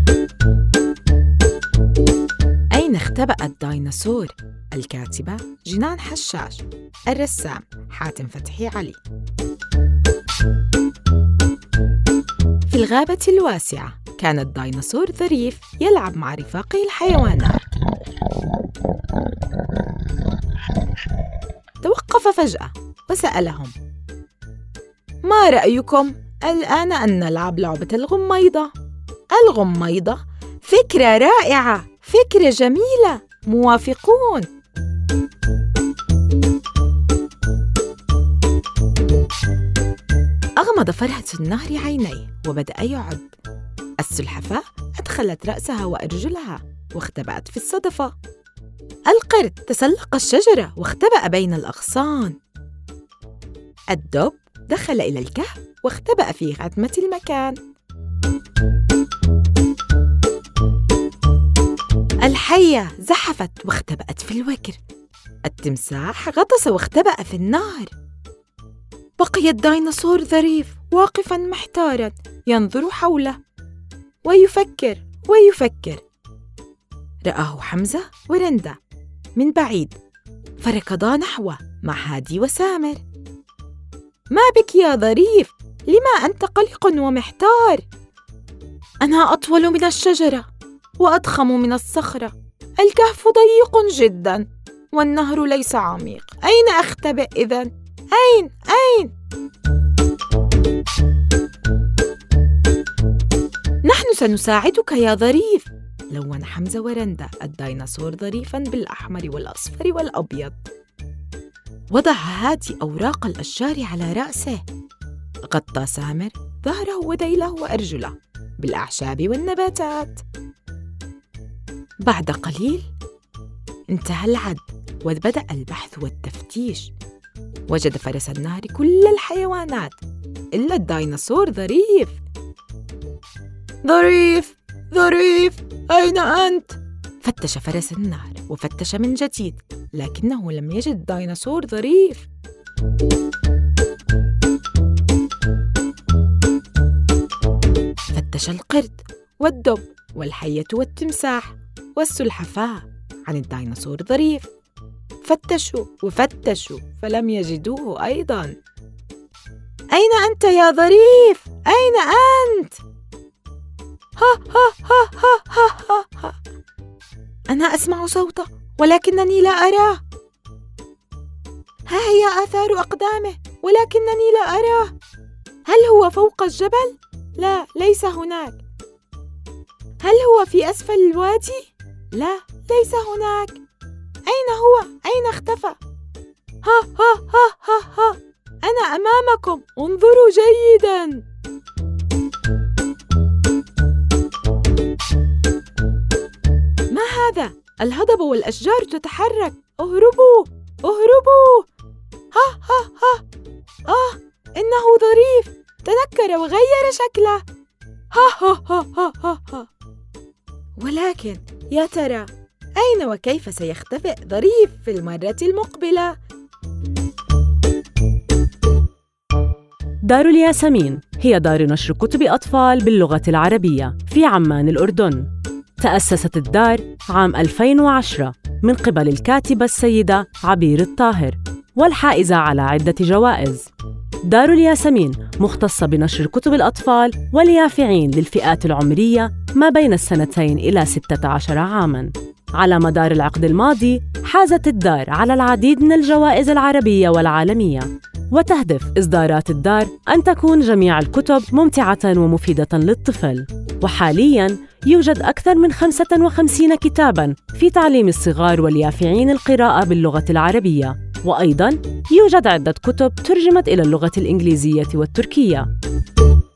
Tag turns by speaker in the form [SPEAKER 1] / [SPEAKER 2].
[SPEAKER 1] أين اختبأ الديناصور؟ الكاتبة جنان حشاش، الرسام حاتم فتحي علي. في الغابة الواسعة كان الديناصور ظريف يلعب مع رفاقه الحيوانات. توقف فجأة وسألهم: ما رأيكم الآن أن نلعب لعبة الغميضة؟ الغميضة فكرة رائعة، فكرة جميلة، موافقون؟ أغمض فرهة النهر عينيه وبدأ يعد. السلحفاة أدخلت رأسها وأرجلها واختبأت في الصدفة. القرد تسلق الشجرة واختبأ بين الأغصان. الدب دخل إلى الكهف واختبأ في عتمة المكان. الحية زحفت واختبأت في الوكر. التمساح غطس واختبأ في النهر. بقي الديناصور ظريف واقفاً محتاراً ينظر حوله ويفكر. رآه حمزة ورندا من بعيد فركضا نحوه مع هادي وسامر. ما بك يا ظريف؟ لما أنت قلق ومحتار؟ أنا أطول من الشجرة وأضخم من الصخرة. الكهف ضيق جداً والنهر ليس عميق. أين أختبئ إذن؟ أين؟ نحن سنساعدك يا ظريف. لون حمزة ورندا الديناصور ظريفاً بالأحمر والأصفر والأبيض. وضع هادي أوراق الأشجار على رأسه. غطى سامر ظهره وذيله وأرجله بالأعشاب والنباتات. بعد قليل انتهى العد وبدأ البحث والتفتيش. وجد فرس النهر كل الحيوانات إلا الديناصور ظريف. ظريف أين أنت؟ فتش فرس النهر وفتش من جديد لكنه لم يجد ديناصور ظريف. فتش القرد والدب والحية والتمساح والسلحفاة عن الديناصور ظريف. فتشوا فلم يجدوه أيضاً. أين أنت يا ظريف؟ أين أنت؟ ها. أنا أسمع صوته ولكنني لا أراه. ها هي آثار أقدامه ولكنني لا أراه. هل هو فوق الجبل؟ لا، ليس هناك. هل هو في أسفل الوادي؟ لا، ليس هناك. أين هو؟ أين اختفى؟ ها. أنا أمامكم، انظروا جيداً. ما هذا؟ الهضبة والأشجار تتحرك. اهربوا. ها. إنه ظريف، تنكر وغير شكله. ها. ولكن يا ترى أين وكيف سيختفئ ظريف في المرة المقبلة؟
[SPEAKER 2] دار الياسمين هي دار نشر كتب أطفال باللغة العربية في عمان، الأردن. تأسست الدار عام 2010 من قبل الكاتبة السيدة عبير الطاهر، والحائزة على عدة جوائز. دار الياسمين مختصة بنشر كتب الأطفال واليافعين للفئات العمرية ما بين 2 إلى 16 عاماً. على مدار العقد الماضي حازت الدار على العديد من الجوائز العربية والعالمية، وتهدف إصدارات الدار أن تكون جميع الكتب ممتعة ومفيدة للطفل. وحالياً يوجد أكثر من 55 كتاباً في تعليم الصغار واليافعين القراءة باللغة العربية، وأيضاً يوجد عدة كتب ترجمت إلى اللغة الإنجليزية والتركية.